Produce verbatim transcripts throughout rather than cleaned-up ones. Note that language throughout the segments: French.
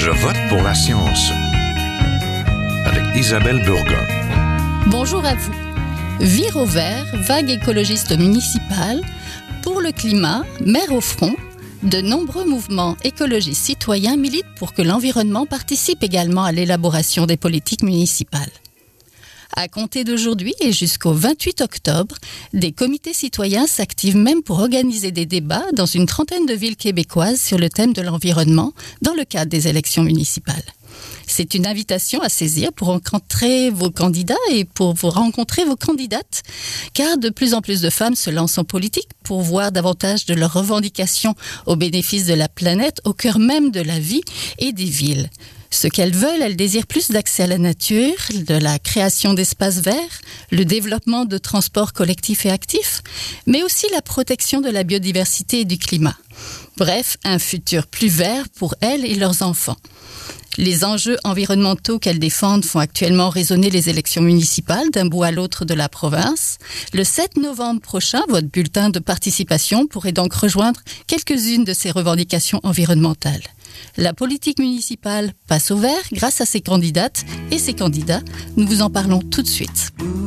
Je vote pour la science avec Isabelle Burgon. Bonjour à vous. Vire au vert, vague écologiste municipale, pour le climat, maire au front, de nombreux mouvements écologistes citoyens militent pour que l'environnement participe également à l'élaboration des politiques municipales. À compter d'aujourd'hui et jusqu'au vingt-huit octobre, des comités citoyens s'activent même pour organiser des débats dans une trentaine de villes québécoises sur le thème de l'environnement dans le cadre des élections municipales. C'est une invitation à saisir pour rencontrer vos candidats et pour vous rencontrer vos candidates, car de plus en plus de femmes se lancent en politique pour voir davantage de leurs revendications au bénéfice de la planète au cœur même de la vie et des villes. Ce qu'elles veulent, elles désirent plus d'accès à la nature, de la création d'espaces verts, le développement de transports collectifs et actifs, mais aussi la protection de la biodiversité et du climat. Bref, un futur plus vert pour elles et leurs enfants. Les enjeux environnementaux qu'elles défendent font actuellement résonner les élections municipales d'un bout à l'autre de la province. Le sept novembre prochain, votre bulletin de participation pourrait donc rejoindre quelques-unes de ces revendications environnementales. La politique municipale passe au vert grâce à ses candidates et ses candidats. Nous vous en parlons tout de suite.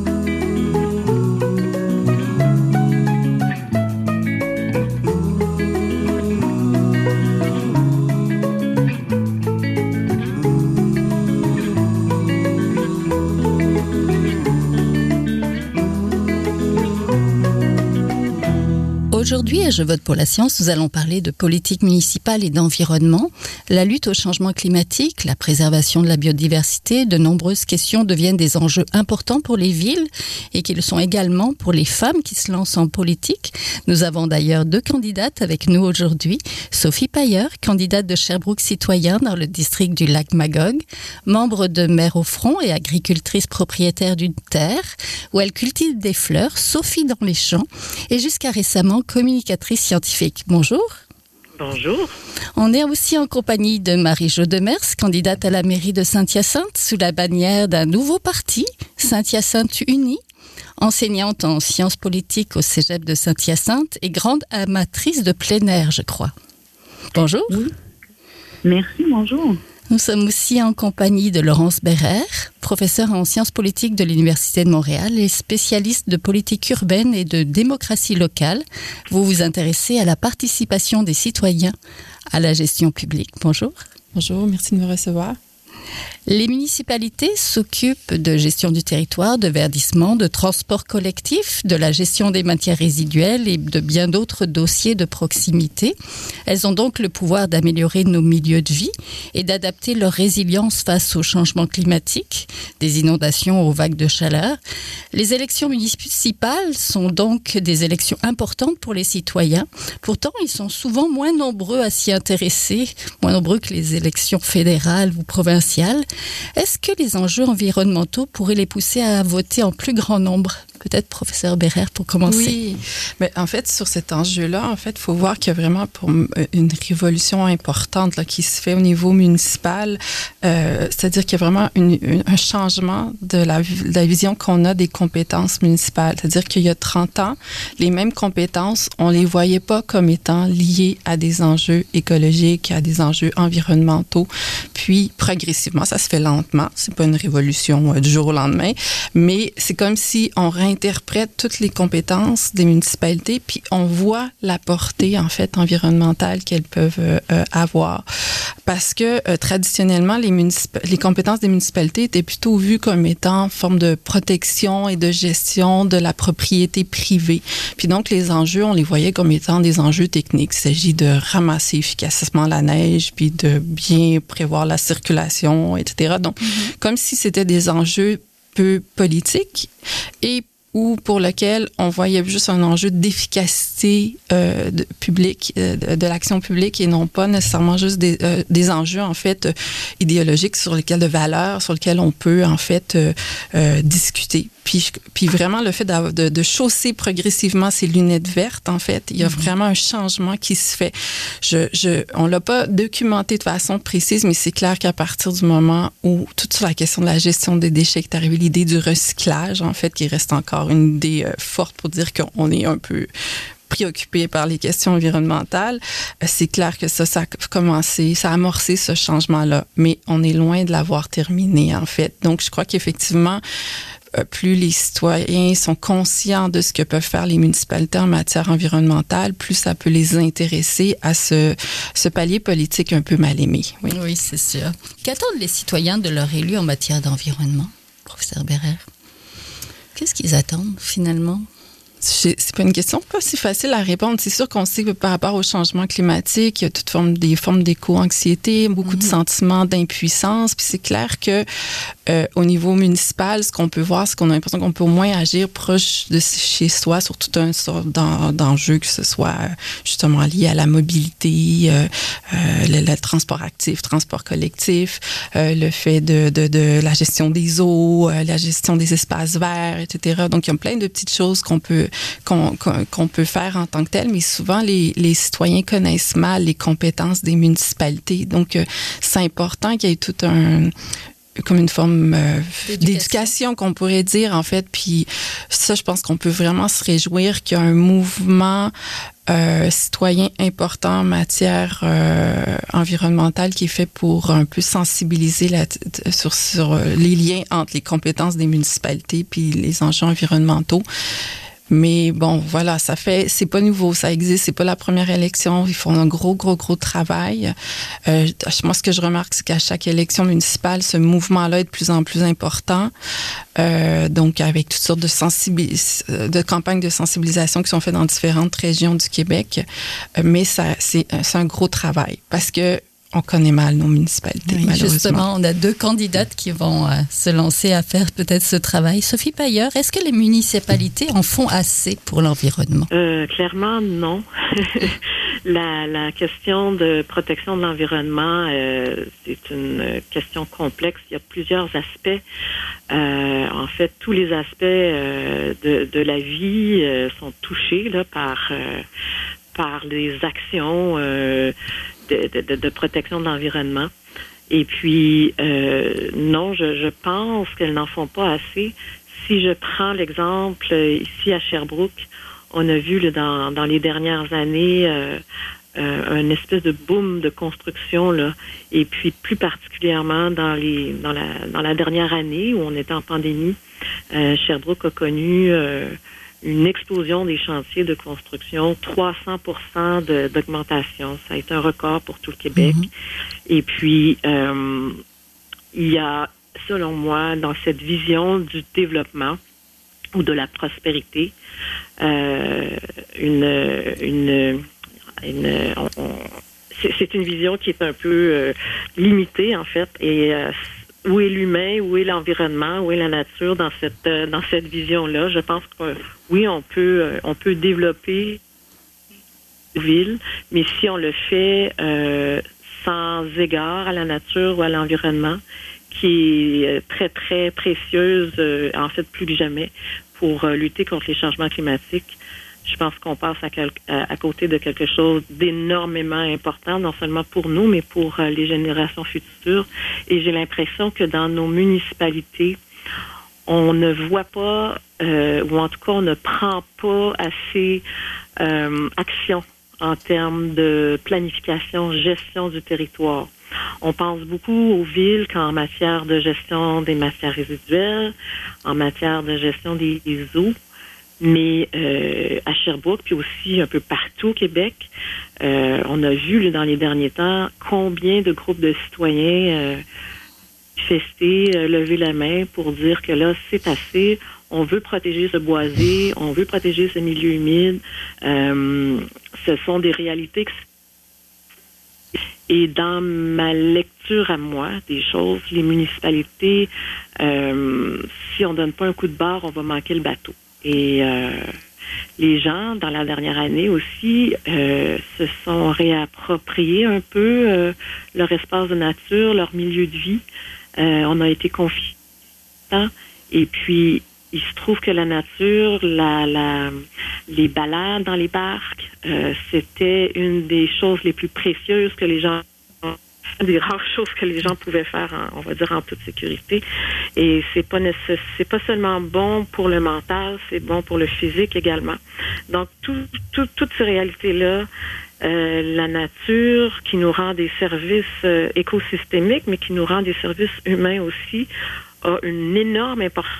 Aujourd'hui, à Je vote pour la science, nous allons parler de politique municipale et d'environnement. La lutte au changement climatique, la préservation de la biodiversité, de nombreuses questions deviennent des enjeux importants pour les villes et qui le sont également pour les femmes qui se lancent en politique. Nous avons d'ailleurs deux candidates avec nous aujourd'hui. Sophie Pailleur, candidate de Sherbrooke Citoyen dans le district du Lac-Magog, membre de Maire au front et agricultrice propriétaire d'une terre où elle cultive des fleurs, Sophie dans les champs, et jusqu'à récemment communicatrice scientifique. Bonjour. Bonjour. On est aussi en compagnie de Marie-Jo Demers, candidate à la mairie de Saint-Hyacinthe sous la bannière d'un nouveau parti, Saint-Hyacinthe Uni, enseignante en sciences politiques au cégep de Saint-Hyacinthe et grande amatrice de plein air, je crois. Bonjour. Oui. Merci, bonjour. Nous sommes aussi en compagnie de Laurence Bérère, professeure en sciences politiques de l'Université de Montréal et spécialiste de politique urbaine et de démocratie locale. Vous vous intéressez à la participation des citoyens à la gestion publique. Bonjour. Bonjour, merci de me recevoir. Les municipalités s'occupent de gestion du territoire, de verdissement, de transport collectif, de la gestion des matières résiduelles et de bien d'autres dossiers de proximité. Elles ont donc le pouvoir d'améliorer nos milieux de vie et d'adapter leur résilience face au changement climatique, des inondations aux vagues de chaleur. Les élections municipales sont donc des élections importantes pour les citoyens. Pourtant, ils sont souvent moins nombreux à s'y intéresser, moins nombreux que les élections fédérales ou provinciales. Est-ce que les enjeux environnementaux pourraient les pousser à voter en plus grand nombre? Peut-être, professeur Bérère, pour commencer. Oui, mais en fait, sur cet enjeu-là, en fait, il faut voir qu'il y a vraiment pour une révolution importante là, qui se fait au niveau municipal. Euh, c'est-à-dire qu'il y a vraiment une, une, un changement de la, de la vision qu'on a des compétences municipales. C'est-à-dire qu'il y a trente ans, les mêmes compétences, on les voyait pas comme étant liées à des enjeux écologiques, à des enjeux environnementaux. Puis, progressivement, ça se fait lentement. C'est pas une révolution euh, du jour au lendemain, mais c'est comme si on interprète toutes les compétences des municipalités, puis on voit la portée, en fait, environnementale qu'elles peuvent euh, avoir. Parce que, euh, traditionnellement, les, municip- les compétences des municipalités étaient plutôt vues comme étant forme de protection et de gestion de la propriété privée. Puis donc, les enjeux, on les voyait comme étant des enjeux techniques. Il s'agit de ramasser efficacement la neige, puis de bien prévoir la circulation, et cetera. Donc, mm-hmm. comme si c'était des enjeux peu politiques et ou pour lequel on voyait juste un enjeu d'efficacité euh, de, publique, euh, de, de l'action publique et non pas nécessairement juste des, euh, des enjeux en fait euh, idéologiques sur lesquels de valeurs sur lesquels on peut en fait euh, euh, discuter. Puis, puis vraiment le fait de, de, de chausser progressivement ces lunettes vertes en fait, il y a mm-hmm. vraiment un changement qui se fait. Je, je, on l'a pas documenté de façon précise, mais c'est clair qu'à partir du moment où toute sur la question de la gestion des déchets est arrivée, l'idée du recyclage en fait qui reste encore une idée euh, forte pour dire qu'on est un peu préoccupés par les questions environnementales, euh, c'est clair que ça, ça a commencé, ça a amorcé ce changement-là. Mais on est loin de l'avoir terminé, en fait. Donc, je crois qu'effectivement, euh, plus les citoyens sont conscients de ce que peuvent faire les municipalités en matière environnementale, plus ça peut les intéresser à ce, ce palier politique un peu mal aimé. Oui, oui, c'est sûr. Qu'attendent les citoyens de leurs élus en matière d'environnement, professeur Bérère? Qu'est-ce qu'ils attendent, finalement? C'est pas une question pas si facile à répondre. C'est sûr qu'on sait que par rapport au changement climatique, il y a toute forme, des formes d'éco-anxiété, beaucoup mm-hmm. de sentiments d'impuissance. Puis c'est clair que euh, au niveau municipal, ce qu'on peut voir, c'est qu'on a l'impression qu'on peut au moins agir proche de chez soi sur tout un sort d'enjeux, que ce soit justement lié à la mobilité, euh, euh, le, le transport actif, transport collectif, euh, le fait de, de, de la gestion des eaux, euh, la gestion des espaces verts, et cetera. Donc, il y a plein de petites choses qu'on peut Qu'on, qu'on peut faire en tant que tel, mais souvent les, les citoyens connaissent mal les compétences des municipalités. Donc, euh, c'est important qu'il y ait tout un comme une forme euh, d'éducation. d'éducation qu'on pourrait dire, en fait. Puis ça, je pense qu'on peut vraiment se réjouir qu'il y a un mouvement euh, citoyen important en matière euh, environnementale qui est fait pour un peu sensibiliser la, sur, sur les liens entre les compétences des municipalités puis les enjeux environnementaux. Mais bon, voilà, ça fait, c'est pas nouveau, ça existe, c'est pas la première élection, ils font un gros, gros, gros travail. Euh, moi, ce que je remarque, c'est qu'à chaque élection municipale, ce mouvement-là est de plus en plus important. Euh, donc, avec toutes sortes de sensibilis- de campagnes de sensibilisation qui sont faites dans différentes régions du Québec. Euh, mais ça, c'est, c'est un gros travail parce que on connaît mal nos municipalités, oui, malheureusement. Justement, on a deux candidates qui vont euh, se lancer à faire peut-être ce travail. Sophie Pailleur, est-ce que les municipalités en font assez pour l'environnement? Euh, clairement, non. la, la question de protection de l'environnement, euh, c'est une question complexe. Il y a plusieurs aspects. Euh, en fait, tous les aspects euh, de, de la vie euh, sont touchés là, par, euh, par les actions euh, De, de, de protection de l'environnement. Et puis, euh, non, je, je pense qu'elles n'en font pas assez. Si je prends l'exemple ici à Sherbrooke, on a vu là, dans, dans les dernières années euh, euh, une espèce de boom de construction, là, et puis plus particulièrement dans, les, dans, la, dans la dernière année où on était en pandémie, euh, Sherbrooke a connu euh, une explosion des chantiers de construction, trois cents pour cent de, d'augmentation. Ça a été un record pour tout le Québec. Mm-hmm. Et puis, euh, il y a, selon moi, dans cette vision du développement ou de la prospérité, euh, une... une, une on, on, c'est, c'est une vision qui est un peu euh, limitée, en fait, et euh, où est l'humain, où est l'environnement, où est la nature dans cette euh, dans cette vision-là. Je pense que oui, on peut euh, on peut développer une ville, mais si on le fait euh, sans égard à la nature ou à l'environnement, qui est très très précieuse, euh, en fait plus que jamais, pour euh, lutter contre les changements climatiques. Je pense qu'on passe à, quel, à, à côté de quelque chose d'énormément important, non seulement pour nous, mais pour euh, les générations futures. Et j'ai l'impression que dans nos municipalités, on ne voit pas, euh, ou en tout cas, on ne prend pas assez euh, action en termes de planification, gestion du territoire. On pense beaucoup aux villes qu'en matière de gestion des matières résiduelles, en matière de gestion des, des eaux. Mais euh, à Sherbrooke, puis aussi un peu partout au Québec, euh, on a vu là, dans les derniers temps combien de groupes de citoyens euh, manifester, euh, lever la main pour dire que là, c'est assez, on veut protéger ce boisé, on veut protéger ce milieu humide. Euh, ce sont des réalités que... Et dans ma lecture à moi des choses, les municipalités, euh, si on donne pas un coup de barre, on va manquer le bateau. Et euh, les gens, dans la dernière année aussi, euh, se sont réappropriés un peu euh, leur espace de nature, leur milieu de vie. Euh, on a été confiants. Et puis, il se trouve que la nature, la, la, les balades dans les parcs, euh, c'était une des choses les plus précieuses que les gens des rares choses que les gens pouvaient faire, en, on va dire, en toute sécurité. Et c'est pas nécess- c'est pas seulement bon pour le mental, c'est bon pour le physique également. Donc, tout, tout, toutes ces réalités-là, euh, la nature qui nous rend des services euh, écosystémiques, mais qui nous rend des services humains aussi, a une énorme importance.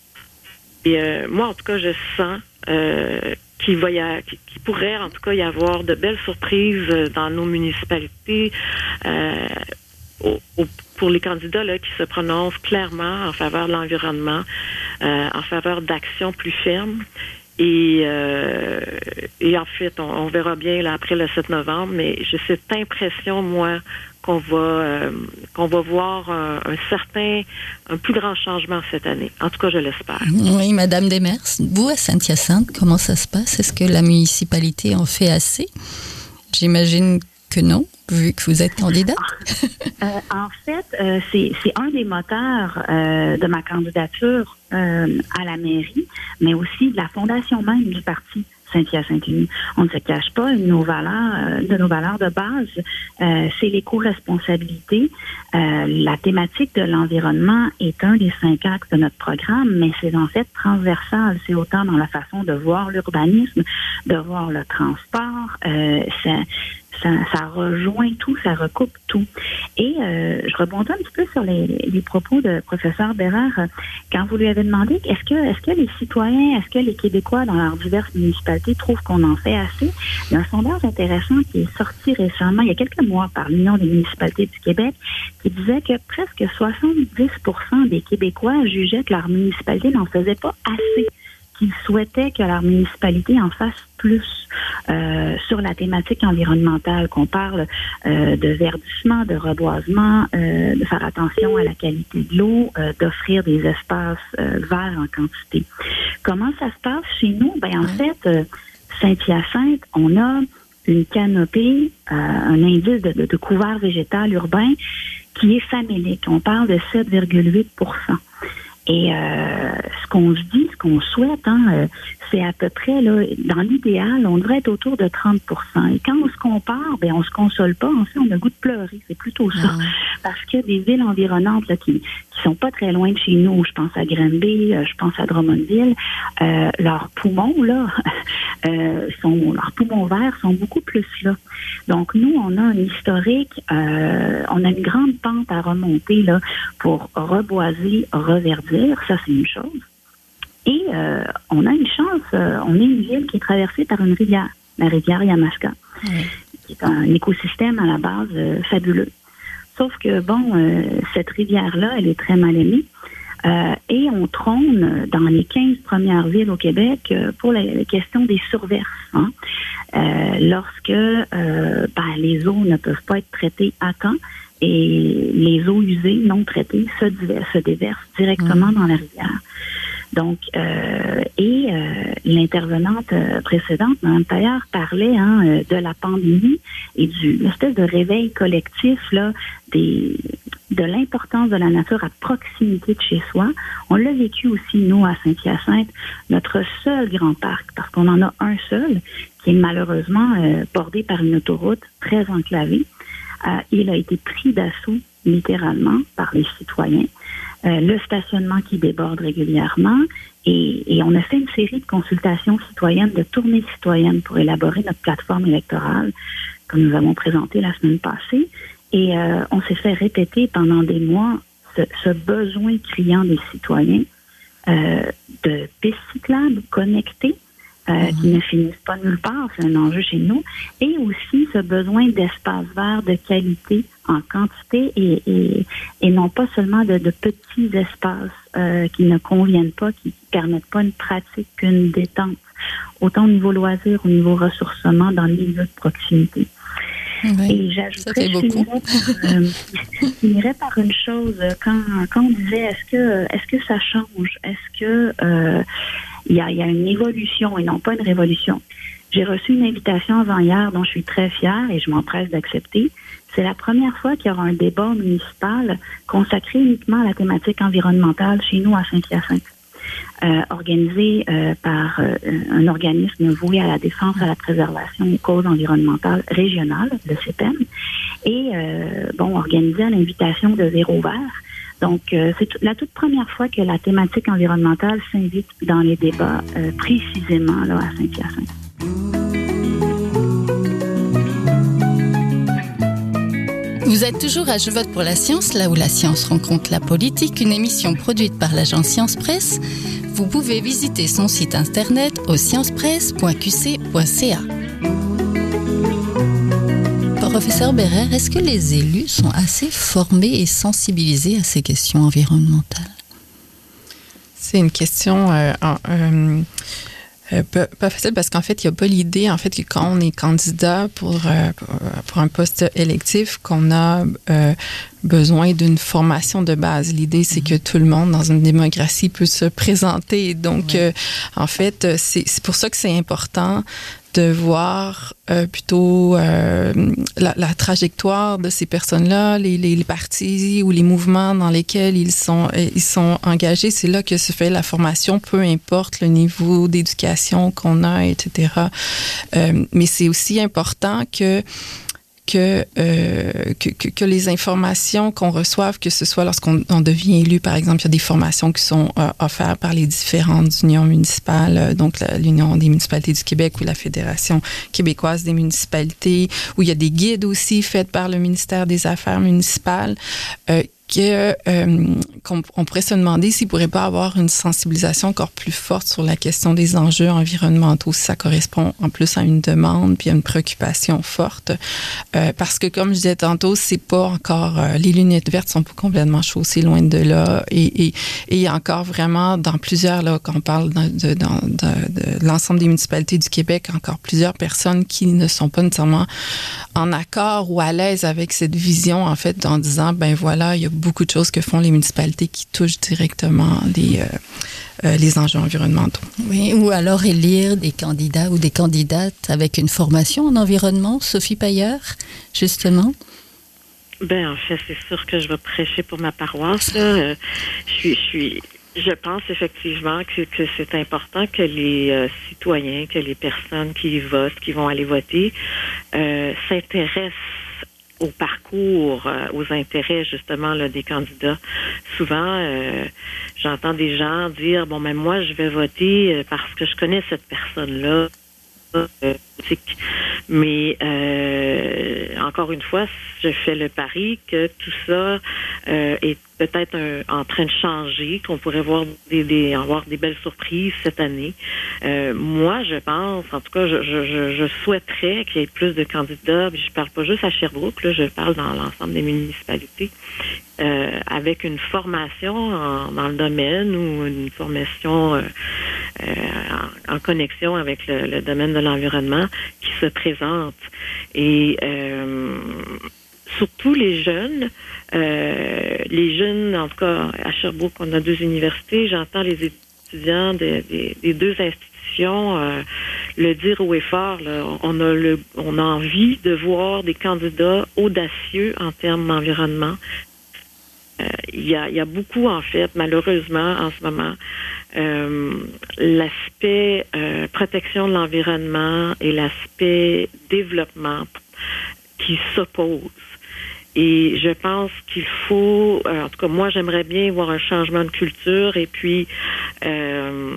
Et euh, moi, en tout cas, je sens euh, qu'il va y a, qu'il pourrait, en tout cas, y avoir de belles surprises dans nos municipalités euh, au, au, pour les candidats là, qui se prononcent clairement en faveur de l'environnement, euh, en faveur d'actions plus fermes. Et, euh, et en fait, on, on verra bien là, après le sept novembre, mais j'ai cette impression, moi, qu'on va euh, qu'on va voir un, un certain, un plus grand changement cette année. En tout cas, je l'espère. Oui, Madame Demers, vous à Saint-Hyacinthe, comment ça se passe? Est-ce que la municipalité en fait assez? J'imagine que non, vu que vous êtes candidate. euh, en fait, euh, c'est, c'est un des moteurs euh, de ma candidature euh, à la mairie, mais aussi de la fondation même du parti Saint-Hyacinthe-Uni. On ne se cache pas, une de nos valeurs, euh, de nos valeurs de base, euh, c'est l'éco-responsabilité. Euh, la thématique de l'environnement est un des cinq axes de notre programme, mais c'est en fait transversal. C'est autant dans la façon de voir l'urbanisme, de voir le transport. Euh, ça, ça, ça rejoint tout, ça recoupe tout. Et euh, je rebondis un petit peu sur les, les propos de professeur Bérard. Quand vous lui avez demandé, est-ce que, est-ce que les citoyens, est-ce que les Québécois dans leurs diverses municipalités trouvent qu'on en fait assez? Il y a un sondage intéressant qui est sorti récemment, il y a quelques mois, par l'Union des municipalités du Québec, qui disait que presque soixante-dix pour cent des Québécois jugeaient que leur municipalité n'en faisait pas assez, qu'ils souhaitaient que leur municipalité en fasse plus euh, sur la thématique environnementale, qu'on parle euh, de verdissement, de reboisement, euh, de faire attention à la qualité de l'eau, euh, d'offrir des espaces euh, verts en quantité. Comment ça se passe chez nous? Ben en fait, euh, Saint-Hyacinthe, on a une canopée, euh, un indice de, de, de couvert végétal urbain qui est famélique. On parle de sept virgule huit pour cent. Et euh, ce qu'on se dit, ce qu'on souhaite, hein, euh, c'est à peu près, là, dans l'idéal, on devrait être autour de trente pour cent. Et quand on se compare, ben on se console pas. En fait, on a le goût de pleurer. C'est plutôt ça. Ah. Parce qu'il y a des villes environnantes là, qui qui sont pas très loin de chez nous. Je pense à Granby, euh, je pense à Drummondville. Euh, leurs poumons, là, euh, sont, leurs poumons verts sont beaucoup plus là. Donc, nous, on a un historique, euh, on a une grande pente à remonter là pour reboiser, reverdir. Ça, c'est une chose. Et euh, on a une chance, euh, on est une ville qui est traversée par une rivière, la rivière Yamaska, oui. qui est un écosystème à la base euh, fabuleux. Sauf que, bon, euh, cette rivière-là, elle est très mal aimée. Euh, et on trône dans les quinze premières villes au Québec euh, pour la, la question des surverses. Hein. Euh, lorsque euh, ben, les eaux ne peuvent pas être traitées à temps et les eaux usées non traitées se, se déversent directement mmh. dans la rivière. Donc, euh, et euh, l'intervenante euh, précédente, Mme Taillard, parlait hein, euh, de la pandémie et du l'espèce de réveil collectif là, des, de l'importance de la nature à proximité de chez soi. On l'a vécu aussi, nous, à Saint-Hyacinthe, notre seul grand parc, parce qu'on en a un seul, qui est malheureusement euh, bordé par une autoroute très enclavée. Euh, il a été pris d'assaut, littéralement, par les citoyens. Euh, le stationnement qui déborde régulièrement et, et on a fait une série de consultations citoyennes, de tournées citoyennes pour élaborer notre plateforme électorale que nous avons présentée la semaine passée et euh, on s'est fait répéter pendant des mois ce, ce besoin criant des citoyens euh, de pistes cyclables connectées euh, mmh. qui ne finissent pas nulle part, c'est un enjeu chez nous, et aussi ce besoin d'espaces verts de qualité en quantité et, et, et non pas seulement de, de petits espaces euh, qui ne conviennent pas, qui ne permettent pas une pratique qu'une détente, autant au niveau loisir, au niveau ressourcement dans les lieux de proximité. Oui, et j'ajouterais, je finirais par, euh, je finirais par une chose, quand, quand on disait est-ce que est-ce que ça change, est-ce que euh, il y a, y a une évolution et non pas une révolution. J'ai reçu une invitation avant-hier dont je suis très fière et je m'empresse d'accepter. C'est la première fois qu'il y aura un débat municipal consacré uniquement à la thématique environnementale chez nous à Saint-Hyacinthe, euh, organisé euh, par euh, un organisme voué à la défense, à la préservation des causes environnementales régionales, le C P E M. et euh, bon, organisé à l'invitation de Véro Vert. Donc, euh, c'est la toute première fois que la thématique environnementale s'invite dans les débats euh, précisément là, à Saint-Hyacinthe. Vous êtes toujours à Je vote pour la science, là où la science rencontre la politique, une émission produite par l'agence Science Presse. Vous pouvez visiter son site internet au science presse point q c point c a. Professeur Bérère, est-ce que les élus sont assez formés et sensibilisés à ces questions environnementales? C'est une question euh, euh, euh, pas, pas facile parce qu'en fait, il n'y a pas l'idée en fait que quand on est candidat pour, euh, pour un poste électif, qu'on a euh, besoin d'une formation de base. L'idée, c'est que tout le monde dans une démocratie peut se présenter. Donc, oui. euh, en fait, c'est, c'est pour ça que c'est important de voir euh, plutôt euh, la, la trajectoire de ces personnes-là, les, les, les partis ou les mouvements dans lesquels ils sont, ils sont engagés. C'est là que se fait la formation, peu importe le niveau d'éducation qu'on a, et cetera. Euh, mais c'est aussi important que Que, euh, que, que, que les informations qu'on reçoive, que ce soit lorsqu'on on devient élu, par exemple, il y a des formations qui sont euh, offertes par les différentes unions municipales, euh, donc la, l'Union des municipalités du Québec ou la Fédération québécoise des municipalités, où il y a des guides aussi faits par le ministère des Affaires municipales, euh, que, euh, qu'on on pourrait se demander s'il ne pourrait pas avoir une sensibilisation encore plus forte sur la question des enjeux environnementaux, si ça correspond en plus à une demande puis à une préoccupation forte. Euh, parce que, comme je disais tantôt, c'est pas encore... Euh, les lunettes vertes sont pas complètement chaussées, loin de là. Et, et, et il y a encore vraiment, dans plusieurs, là, quand on parle de, de, de, de, de l'ensemble des municipalités du Québec, encore plusieurs personnes qui ne sont pas nécessairement en accord ou à l'aise avec cette vision, en fait, en disant, ben voilà, il y a beaucoup de choses que font les municipalités qui touchent directement les, euh, euh, les enjeux environnementaux. Oui, ou alors élire des candidats ou des candidates avec une formation en environnement, Sophie Pailleur, justement. Ben en fait, c'est sûr que je vais prêcher pour ma paroisse. Là. Euh, je suis, je suis, je pense effectivement que, que c'est important que les euh, citoyens, que les personnes qui votent, qui vont aller voter, euh, s'intéressent au parcours, euh, aux intérêts justement là, des candidats. Souvent, euh, j'entends des gens dire, bon, mais moi, je vais voter parce que je connais cette personne-là. Euh, mais euh, encore une fois, je fais le pari que tout ça euh, est peut-être un, en train de changer, qu'on pourrait voir des, des, avoir des belles surprises cette année. Euh, moi, je pense, en tout cas, je, je, je souhaiterais qu'il y ait plus de candidats. Je parle pas juste à Sherbrooke, là, je parle dans l'ensemble des municipalités, euh, avec une formation en, dans le domaine ou une formation euh, euh, en, en connexion avec le, le domaine de l'environnement qui se présente. Et euh, surtout les jeunes, euh, les jeunes, en tout cas, à Sherbrooke, on a deux universités, j'entends les étudiants des, des, des deux institutions euh, le dire haut et fort, là, on a le, on a envie de voir des candidats audacieux en termes d'environnement. Euh, il y a, il y a beaucoup, en fait, malheureusement, en ce moment, euh, l'aspect euh, protection de l'environnement et l'aspect développement qui s'opposent. Et je pense qu'il faut, euh, en tout cas, moi, j'aimerais bien voir un changement de culture et puis euh,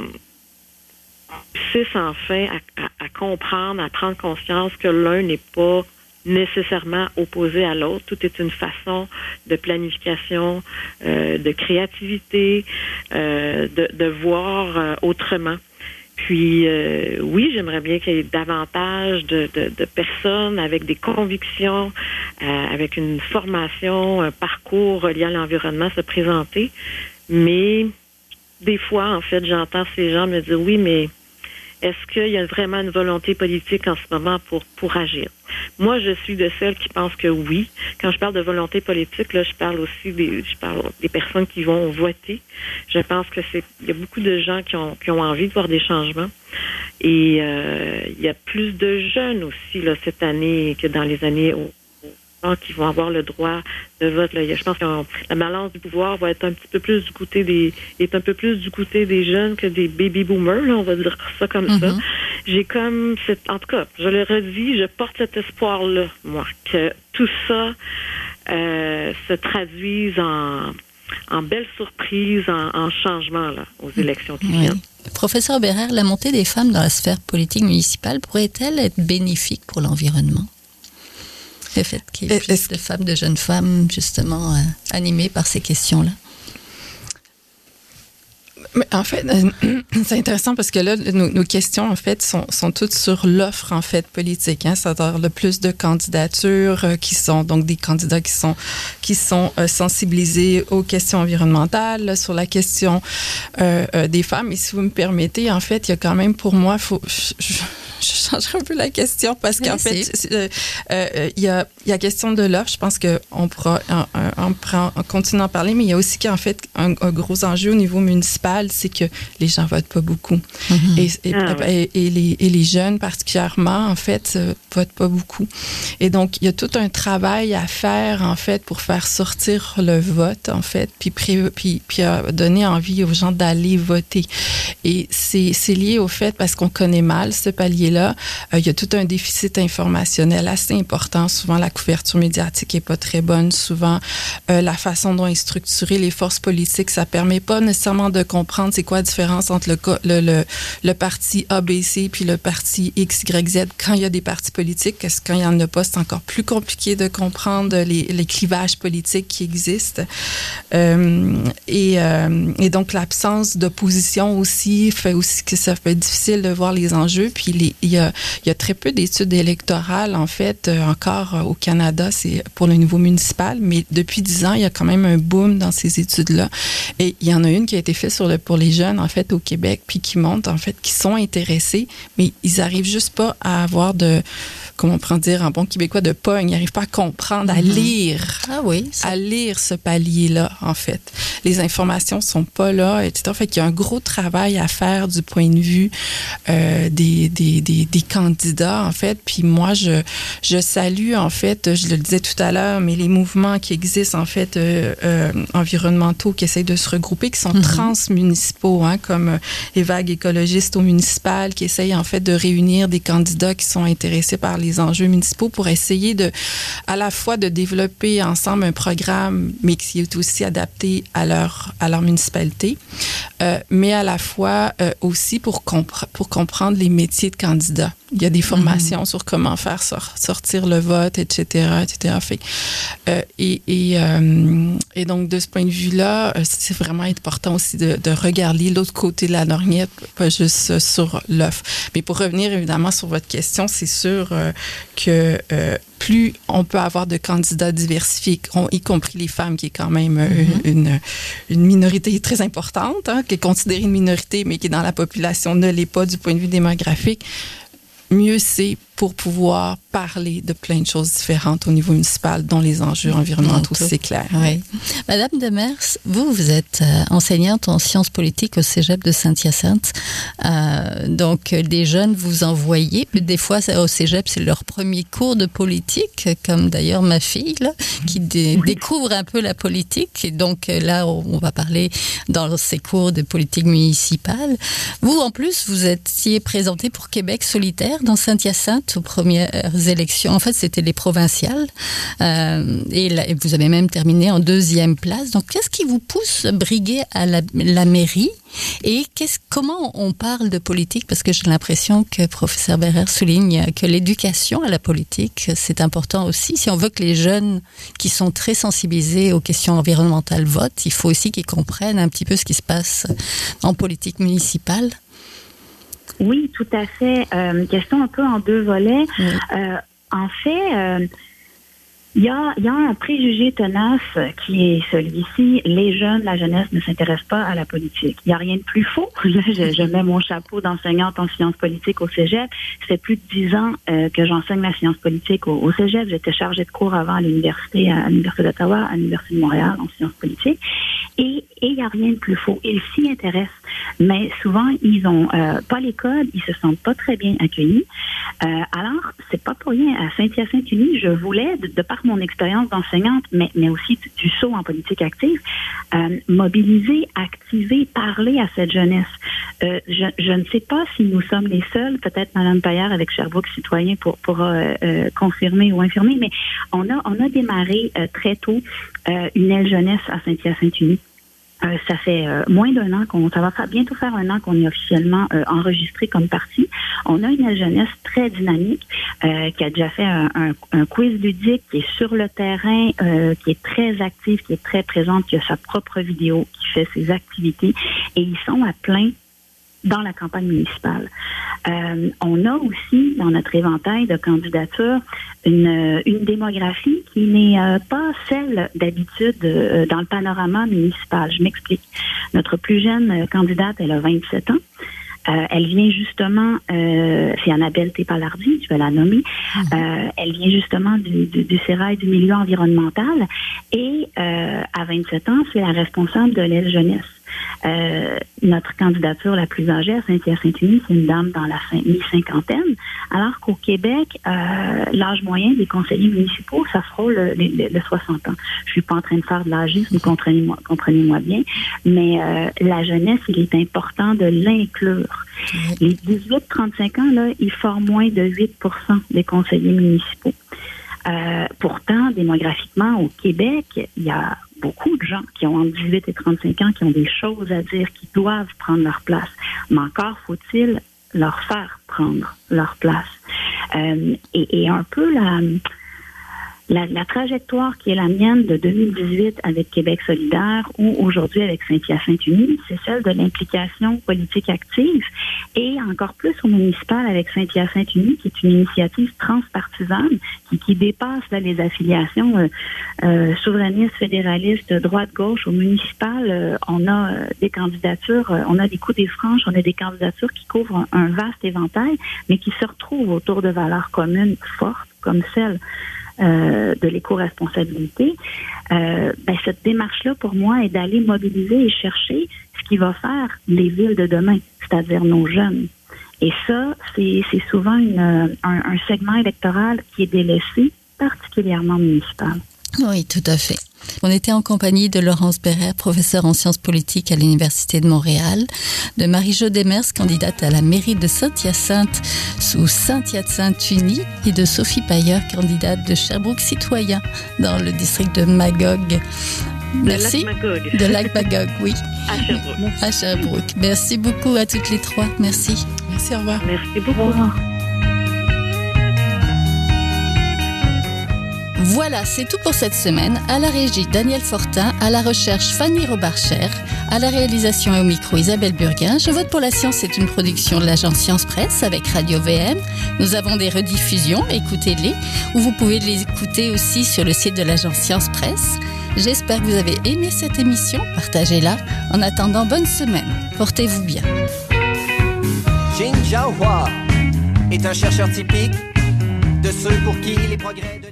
c'est enfin à, à, à comprendre, à prendre conscience que l'un n'est pas nécessairement opposé à l'autre. Tout est une façon de planification, euh, de créativité, euh, de, de voir euh, autrement. Puis, euh, oui, j'aimerais bien qu'il y ait davantage de, de, de personnes avec des convictions, euh, avec une formation, un parcours relié à l'environnement se présenter. Mais des fois, en fait, j'entends ces gens me dire, oui, mais est-ce qu'il y a vraiment une volonté politique en ce moment pour, pour agir? Moi, je suis de celles qui pensent que oui. Quand je parle de volonté politique, là, je parle aussi des, je parle des personnes qui vont voter. Je pense que c'est, il y a beaucoup de gens qui ont, qui ont envie de voir des changements. Et euh, il y a plus de jeunes aussi là cette année que dans les années gens qui vont avoir le droit de vote. Là. Je pense que la balance du pouvoir va être un petit peu plus du côté des est un peu plus du côté des jeunes que des baby boomers, là, on va dire ça comme mm-hmm. ça. J'ai comme cette, en tout cas, je le redis, je porte cet espoir-là, moi, que tout ça euh, se traduise en en belle surprise, en, en changement là, aux élections qui oui. viennent. Professeur Bérère, la montée des femmes dans la sphère politique municipale pourrait-elle être bénéfique pour l'environnement? Le fait qu'il y ait plus de femmes, de jeunes femmes, justement, euh, animées par ces questions-là. Mais en fait, c'est intéressant parce que là, nos, nos questions, en fait, sont, sont toutes sur l'offre, en fait, politique. Hein, c'est-à-dire le plus de candidatures euh, qui sont, donc des candidats qui sont, qui sont euh, sensibilisés aux questions environnementales, là, sur la question euh, euh, des femmes. Et si vous me permettez, en fait, il y a quand même, pour moi, faut, je, je, je changerai un peu la question parce qu'en fait, euh, euh, il y a, il y a question de l'offre. Je pense qu'on pourra en, en, en, en continuer à en parler, mais il y a aussi qu'en fait, un, un gros enjeu au niveau municipal, c'est que les gens votent pas beaucoup. Mm-hmm. Et, et, ah, ouais. et, et, les, et les jeunes, particulièrement, en fait, euh, votent pas beaucoup. Et donc, il y a tout un travail à faire, en fait, pour faire sortir le vote, en fait, puis, pré, puis, puis euh, donner envie aux gens d'aller voter. Et c'est, c'est lié au fait, parce qu'on connaît mal ce palier-là, euh, il y a tout un déficit informationnel assez important. Souvent, la couverture médiatique est pas très bonne. Souvent, euh, la façon dont est structurée les forces politiques, ça permet pas nécessairement de comprendre c'est quoi la différence entre le, le, le, le parti A B C puis le parti X Y Z quand il y a des partis politiques, parce que quand il n'y en a pas, c'est encore plus compliqué de comprendre les, les clivages politiques qui existent. Euh, et, euh, et donc, l'absence d'opposition aussi fait aussi que ça fait difficile de voir les enjeux. Puis, les, il, y a, il y a très peu d'études électorales, en fait, euh, encore euh, au Canada, c'est pour le niveau municipal, mais depuis dix ans, il y a quand même un boom dans ces études-là. Et il y en a une qui a été faite sur le pour les jeunes, en fait, au Québec, puis qui montent, en fait, qui sont intéressés, mais ils arrivent juste pas à avoir de, comment on pourrait dire en bon québécois, de pogne. Ils n'arrivent pas à comprendre, à mm-hmm. lire, ah oui, ça... à lire ce palier-là, en fait. Les informations sont pas là, et cetera. Fait qu'il y a un gros travail à faire du point de vue euh, des, des, des, des candidats, en fait. Puis moi, je, je salue, en fait, je le disais tout à l'heure, mais les mouvements qui existent, en fait, euh, euh, environnementaux, qui essayent de se regrouper, qui sont mm-hmm. transmunicipaux, hein, comme les vagues écologistes au municipal, qui essayent en fait de réunir des candidats qui sont intéressés par les enjeux municipaux pour essayer de, à la fois de développer ensemble un programme, mais qui est aussi adapté à leur, à leur municipalité, euh, mais à la fois euh, aussi pour, compre- pour comprendre les métiers de candidats. Il y a des formations mm-hmm. sur comment faire sor- sortir le vote, et cetera, et cetera. Fait, euh, et, et, euh, et donc, de ce point de vue-là, c'est vraiment important aussi de, de regarder l'autre côté de la lorgnette, pas juste sur l'offre. Mais pour revenir évidemment sur votre question, c'est sûr euh, que euh, plus on peut avoir de candidats diversifiés, y compris les femmes, qui est quand même mm-hmm. une, une minorité très importante, hein, qui est considérée une minorité, mais qui dans la population ne l'est pas du point de vue démographique, mieux c'est pour pouvoir parler de plein de choses différentes au niveau municipal, dont les enjeux environnementaux, c'est clair. Oui. Madame Demers, vous, vous êtes euh, enseignante en sciences politiques au Cégep de Saint-Hyacinthe. Euh, donc, les jeunes, vous en voyez. Des fois, au Cégep, c'est leur premier cours de politique, comme d'ailleurs ma fille, là, qui dé- oui. découvre un peu la politique. Et donc, là, on va parler dans ces cours de politique municipale. Vous, en plus, vous étiez présenté pour Québec solitaire dans Saint-Hyacinthe aux premières élections. En fait, c'était les provinciales. Euh, et, là, et vous avez même terminé en deuxième place. Donc, qu'est-ce qui vous pousse à briguer à la, la mairie? Et qu'est-ce, comment on parle de politique? Parce que j'ai l'impression que professeur Bérère souligne que l'éducation à la politique, c'est important aussi. Si on veut que les jeunes qui sont très sensibilisés aux questions environnementales votent, il faut aussi qu'ils comprennent un petit peu ce qui se passe en politique municipale. Oui, tout à fait. Euh, une question un peu en deux volets. Oui. Euh, en fait, euh, il y a, y a un préjugé tenace qui est celui-ci. Les jeunes, la jeunesse ne s'intéressent pas à la politique. Il n'y a rien de plus faux. Là, je, je mets mon chapeau d'enseignante en sciences politiques au Cégep. Ça fait plus de dix ans euh, que j'enseigne la science politique au, au Cégep. J'étais chargée de cours avant à l'université, à l'Université d'Ottawa, à l'Université de Montréal en sciences politiques. Et il n'y a rien de plus faux. Ils s'y intéressent, mais souvent, ils n'ont euh, pas les codes, ils se sentent pas très bien accueillis. Euh, alors, c'est pas pour rien. À Saint-Hyacinthe-Uni, je voulais, de, de par mon expérience d'enseignante, mais, mais aussi du, du saut en politique active, euh, mobiliser, activer, parler à cette jeunesse. Euh, je, je ne sais pas si nous sommes les seuls, peut-être Mme Paillard avec Sherbrooke Citoyen pour, pour euh, euh, confirmer ou infirmer, mais on a, on a démarré euh, très tôt euh, une aile jeunesse à Saint-Hyacinthe-Uni. Euh, ça fait euh, moins d'un an qu'on, ça va faire, bientôt faire un an qu'on est officiellement euh, enregistré comme parti. On a une aile jeunesse très dynamique euh, qui a déjà fait un, un, un quiz ludique, qui est sur le terrain, euh, qui est très active, qui est très présente, qui a sa propre vidéo, qui fait ses activités, et ils sont à plein dans la campagne municipale. Euh, on a aussi dans notre éventail de candidatures une, une démographie qui n'est euh, pas celle d'habitude euh, dans le panorama municipal. Je m'explique. Notre plus jeune euh, candidate, elle a vingt-sept ans. Euh, elle vient justement, euh, c'est Annabelle Tépalardi, je vais la nommer. Euh, elle vient justement du, du, du sérail du milieu environnemental et euh, à vingt-sept ans, c'est la responsable de l'aile jeunesse. Euh, notre candidature la plus âgée à Saint-Hyacinthe-Uni, c'est une dame dans la mi-cinquantaine, alors qu'au Québec, euh, l'âge moyen des conseillers municipaux, ça frôle le, le, le soixante ans. Je suis pas en train de faire de l'âgisme, comprenez-moi, comprenez-moi bien, mais euh, la jeunesse, il est important de l'inclure. Les dix-huit trente-cinq ans, là, ils forment moins de huit pour cent des conseillers municipaux. Euh, pourtant, démographiquement, au Québec, il y a beaucoup de gens qui ont entre dix-huit et trente-cinq ans qui ont des choses à dire, qui doivent prendre leur place. Mais encore faut-il leur faire prendre leur place. Euh, et, et un peu la, la, la trajectoire qui est la mienne de deux mille dix-huit avec Québec solidaire ou aujourd'hui avec Saint-Hyacinthe-Uni, c'est celle de l'implication politique active et encore plus au municipal avec Saint-Hyacinthe-Uni, qui est une initiative transpartisane qui, qui dépasse là, les affiliations euh, euh, souverainistes, fédéralistes, droite-gauche. Au municipal, euh, on a euh, des candidatures, euh, on a des coups des franges, on a des candidatures qui couvrent un, un vaste éventail, mais qui se retrouvent autour de valeurs communes fortes comme celle Euh, de l'éco-responsabilité, euh, ben, cette démarche-là, pour moi, est d'aller mobiliser et chercher ce qui va faire les villes de demain, c'est-à-dire nos jeunes. Et ça, c'est, c'est souvent une, un, un segment électoral qui est délaissé, particulièrement municipal. Oui, tout à fait. On était en compagnie de Laurence Bérère, professeure en sciences politiques à l'Université de Montréal, de Marie-Jo Demers, candidate à la mairie de Saint-Hyacinthe sous Saint-Hyacinthe-Uni, et de Sophie Paillard, candidate de Sherbrooke Citoyen dans le district de Magog. Merci. De Lac Magog. De Lac Magog, oui. À Sherbrooke. À Sherbrooke. Merci beaucoup à toutes les trois. Merci. Merci, au revoir. Merci beaucoup. Au revoir. Voilà, c'est tout pour cette semaine. À la régie, Daniel Fortin. À la recherche, Fanny Robarcher. À la réalisation et au micro, Isabelle Burguin. Je vote pour la science, c'est une production de l'agence Science Presse avec Radio V M. Nous avons des rediffusions, écoutez-les, ou vous pouvez les écouter aussi sur le site de l'agence Science Presse. J'espère que vous avez aimé cette émission. Partagez-la. En attendant, bonne semaine. Portez-vous bien. Jin Jiahua est un chercheur typique de ceux pour qui les progrès de